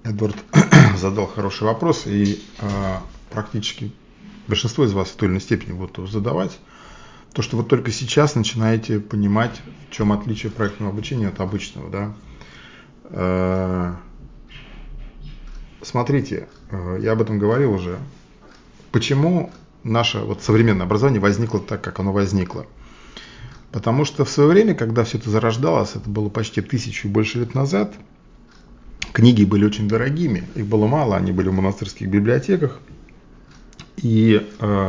Эдвард задал хороший вопрос, и практически большинство из вас в той или иной степени будут его задавать. То, что вы только сейчас начинаете понимать, в чем отличие проектного обучения от обычного. Да? Смотрите, я об этом говорил уже. Почему наше современное образование возникло так, как оно возникло? Потому что в свое время, когда все это зарождалось, это было почти 1000 и больше лет назад, книги были очень дорогими, их было мало, они были в монастырских библиотеках, и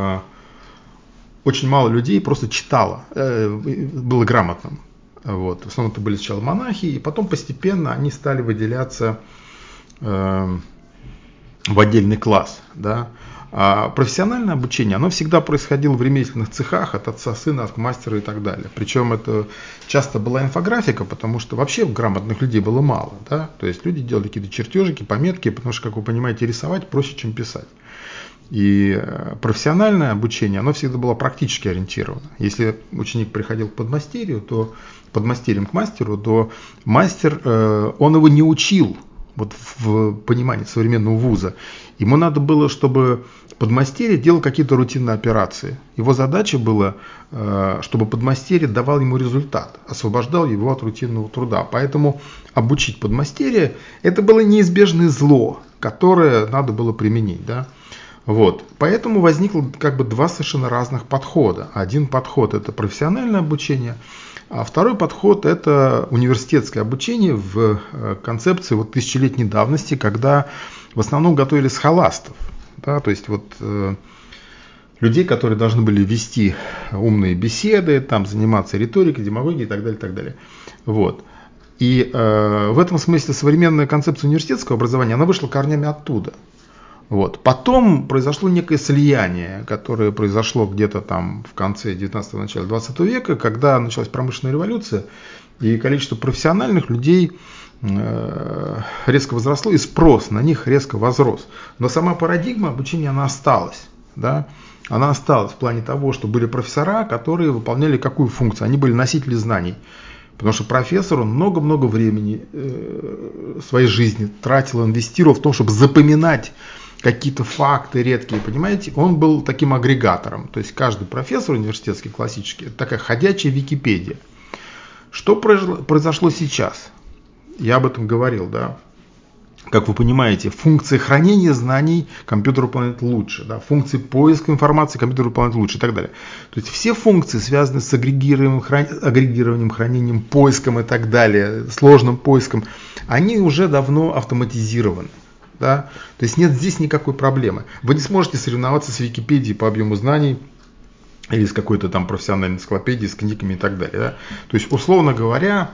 очень мало людей просто читало, было грамотным. В основном это были сначала монахи, и потом постепенно они стали выделяться в отдельный класс. Да? А профессиональное обучение, оно всегда происходило в ремесленных цехах, от отца сына, от мастера и так далее. Причем это часто была инфографика, потому что вообще грамотных людей было мало. Да? То есть люди делали какие-то чертежики, пометки, потому что, как вы понимаете, рисовать проще, чем писать. И профессиональное обучение, оно всегда было практически ориентировано. Если ученик приходил к подмастерью, то подмастерьем к мастеру, то мастер, он его не учил в понимании современного вуза. Ему надо было, чтобы подмастерье делал какие-то рутинные операции. Его задача была, чтобы подмастерье давал ему результат, освобождал его от рутинного труда. Поэтому обучить подмастерье – это было неизбежное зло, которое надо было применить. Да? Поэтому возникло два совершенно разных подхода. Один подход – это профессиональное обучение, а второй подход – это университетское обучение в концепции тысячелетней давности, когда в основном готовили схоластов. Да, то есть людей, которые должны были вести умные беседы, заниматься риторикой, демагогией и так далее, и так далее. И в этом смысле современная концепция университетского образования, она вышла корнями оттуда. Потом произошло некое слияние, которое произошло где-то в конце 19-го, начале 20 века, когда началась промышленная революция, и количество профессиональных людей резко возросло, и спрос на них резко возрос. Но сама парадигма обучения, она осталась. Да? Она осталась в плане того, что были профессора, которые выполняли какую функцию? Они были носители знаний. Потому что профессор, он много-много времени своей жизни тратил, инвестировал в том, чтобы запоминать какие-то факты редкие, понимаете, он был таким агрегатором. То есть каждый профессор университетский, классический, это такая ходячая Википедия. Что произошло сейчас? Я об этом говорил, да. Как вы понимаете, функции хранения знаний компьютер выполняет лучше, да? Функции поиска информации компьютер выполняет лучше и так далее. То есть все функции, связанные с агрегированием, хранением, поиском и так далее, сложным поиском, они уже давно автоматизированы. Да? То есть нет здесь никакой проблемы. Вы не сможете соревноваться с Википедией по объему знаний или с какой-то профессиональной энциклопедией, с книгами и так далее. Да? То есть, условно говоря,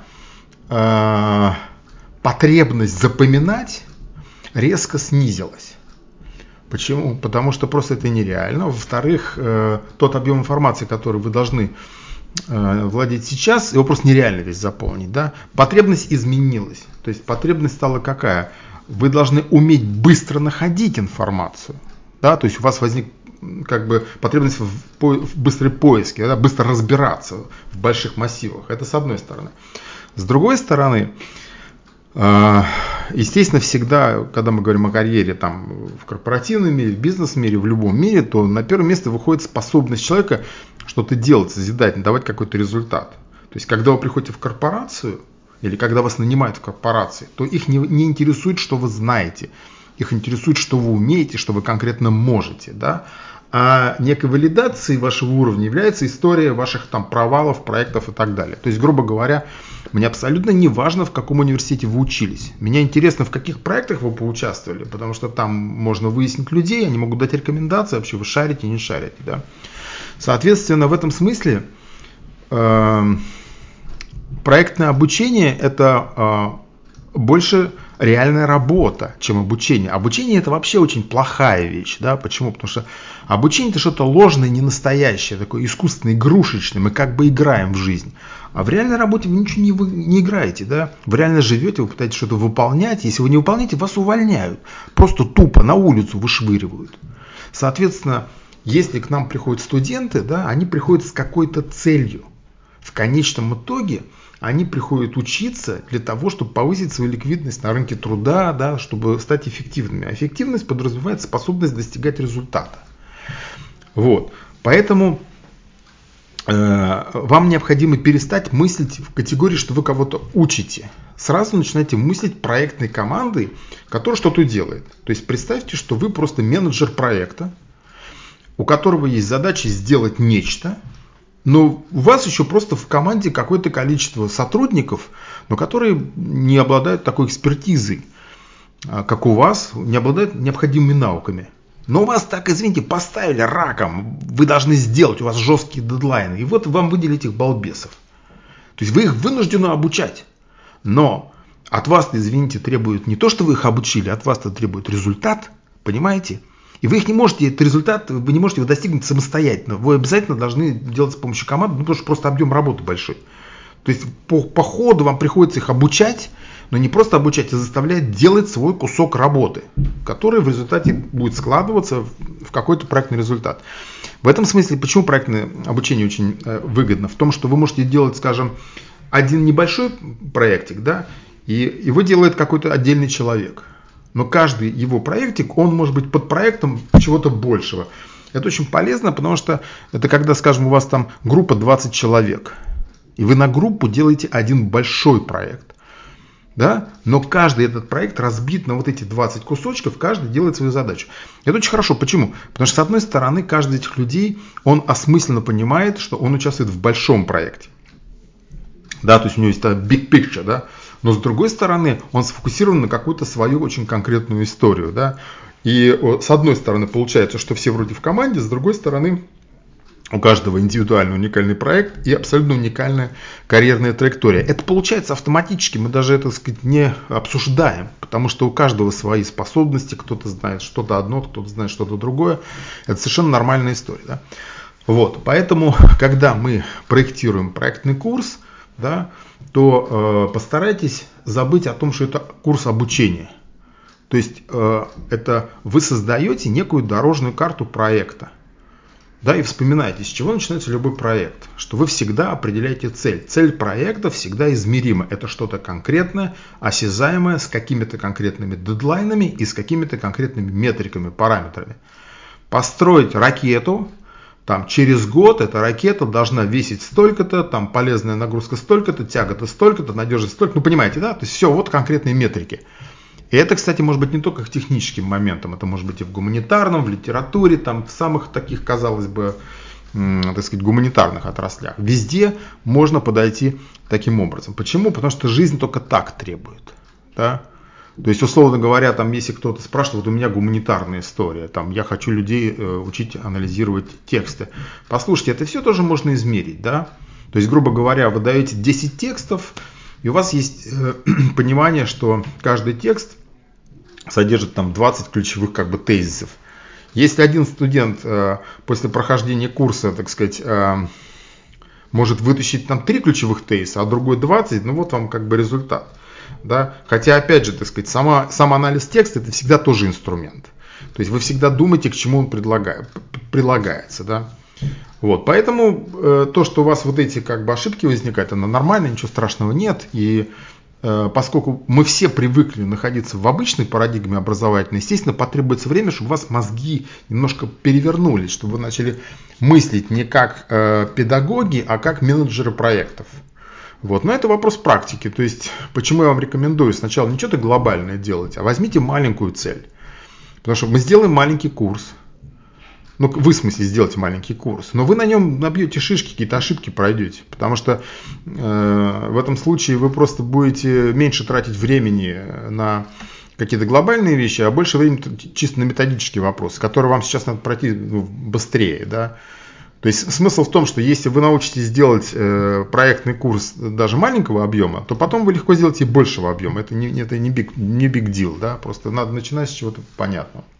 потребность запоминать резко снизилась. Почему? Потому что просто это нереально. Во-вторых, тот объем информации, который вы должны владеть сейчас, его просто нереально весь заполнить. Да? Потребность изменилась. То есть потребность стала какая? Вы должны уметь быстро находить информацию. Да? То есть у вас возник потребность в быстрой поиске, да? Быстро разбираться в больших массивах. Это с одной стороны. С другой стороны, естественно, всегда, когда мы говорим о карьере в корпоративном мире, в бизнес-мире, в любом мире, то на первое место выходит способность человека что-то делать, созидать, давать какой-то результат. То есть, когда вы приходите в корпорацию, или когда вас нанимают в корпорации, то их не интересует, что вы знаете. Их интересует, что вы умеете, что вы конкретно можете. Да? А некой валидацией вашего уровня является история ваших провалов, проектов и так далее. То есть, грубо говоря, мне абсолютно не важно, в каком университете вы учились. Меня интересно, в каких проектах вы поучаствовали, потому что там можно выяснить людей, они могут дать рекомендации, вообще вы шарите, не шарите. Да? Соответственно, в этом смысле проектное обучение – это больше реальная работа, чем обучение. Обучение – это вообще очень плохая вещь. Да? Почему? Потому что обучение – это что-то ложное, ненастоящее, такое искусственное, игрушечное. Мы играем в жизнь. А в реальной работе вы ничего не играете. Да? Вы реально живете, вы пытаетесь что-то выполнять. Если вы не выполняете, вас увольняют. Просто тупо на улицу вышвыривают. Соответственно, если к нам приходят студенты, да, они приходят с какой-то целью. В конечном итоге они приходят учиться для того, чтобы повысить свою ликвидность на рынке труда, да, чтобы стать эффективными. А эффективность подразумевает способность достигать результата. Вот. Поэтому вам необходимо перестать мыслить в категории, что вы кого-то учите. Сразу начинайте мыслить проектной командой, которая что-то делает. То есть представьте, что вы просто менеджер проекта, у которого есть задача сделать нечто, но у вас еще просто в команде какое-то количество сотрудников, но которые не обладают такой экспертизой, как у вас, не обладают необходимыми навыками. Но вас так, извините, поставили раком, вы должны сделать, у вас жесткие дедлайны, и вот вам выделили этих балбесов. То есть вы их вынуждены обучать, но от вас, извините, требуют не то, что вы их обучили, от вас-то требует результат, понимаете? И вы их не можете, этот результат, вы не можете его достигнуть самостоятельно, вы обязательно должны делать с помощью команды, потому что просто объем работы большой. То есть по ходу вам приходится их обучать, но не просто обучать, а заставлять делать свой кусок работы, который в результате будет складываться в какой-то проектный результат. В этом смысле, почему проектное обучение очень выгодно? В том, что вы можете делать, скажем, один небольшой проектик, да, и его делает какой-то отдельный человек. Но каждый его проектик, он может быть под проектом чего-то большего. Это очень полезно, потому что это когда, скажем, у вас там группа 20 человек, и вы на группу делаете один большой проект. Да? Но каждый этот проект разбит на вот эти 20 кусочков, каждый делает свою задачу. Это очень хорошо. Почему? Потому что, с одной стороны, каждый из этих людей, он осмысленно понимает, что он участвует в большом проекте. Да, то есть у него есть big picture, да? Но с другой стороны, он сфокусирован на какую-то свою очень конкретную историю. Да? И с одной стороны, получается, что все вроде в команде, с другой стороны, у каждого индивидуальный уникальный проект и абсолютно уникальная карьерная траектория. Это получается автоматически, мы даже это, так сказать, не обсуждаем, потому что у каждого свои способности, кто-то знает что-то одно, кто-то знает что-то другое. Это совершенно нормальная история. Да? Вот, поэтому, когда мы проектируем проектный курс, да, то постарайтесь забыть о том, что это курс обучения. То есть это вы создаете некую дорожную карту проекта. Да, и вспоминайте, с чего начинается любой проект, что вы всегда определяете цель. Цель проекта всегда измерима. Это что-то конкретное, осязаемое, с какими-то конкретными дедлайнами и с какими-то конкретными метриками, параметрами. Построить ракету, там, через год эта ракета должна весить столько-то, там полезная нагрузка столько-то, тяга-то столько-то, надежность столько-то. Ну, понимаете, да? То есть все, вот конкретные метрики. И это, кстати, может быть не только к техническим моментам, это может быть и в гуманитарном, в литературе, там, в самых таких, казалось бы, так сказать, гуманитарных отраслях. Везде можно подойти таким образом. Почему? Потому что жизнь только так требует. Да? То есть, условно говоря, там, если кто-то спрашивает, вот у меня гуманитарная история, там, я хочу людей учить анализировать тексты. Послушайте, это все тоже можно измерить. Да? То есть, грубо говоря, вы даете 10 текстов, и у вас есть понимание, что каждый текст содержит там 20 ключевых как бы тезисов. Если один студент после прохождения курса, так сказать, может вытащить там 3 ключевых тезиса, а другой 20, ну вот вам как бы результат. Да? Хотя, опять же, так сказать, сам анализ текста это всегда тоже инструмент. То есть вы всегда думаете, к чему он прилагается. Да? Вот, поэтому то, что у вас вот эти как бы ошибки возникают, это нормально, ничего страшного нет. И поскольку мы все привыкли находиться в обычной парадигме образовательной, естественно, потребуется время, чтобы у вас мозги немножко перевернулись, чтобы вы начали мыслить не как педагоги, а как менеджеры проектов. Вот. Но это вопрос практики. То есть, почему я вам рекомендую сначала не что-то глобальное делать, а возьмите маленькую цель. Потому что мы сделаем маленький курс. Ну, вы, в смысле, сделаете маленький курс, но вы на нем набьете шишки, какие-то ошибки пройдете. Потому что в этом случае вы просто будете меньше тратить времени на какие-то глобальные вещи, а больше времени чисто на методические вопросы, которые вам сейчас надо пройти быстрее. Да? То есть смысл в том, что если вы научитесь делать проектный курс даже маленького объема, то потом вы легко сделаете и большего объема. Это не big deal, да? Просто надо начинать с чего-то понятного.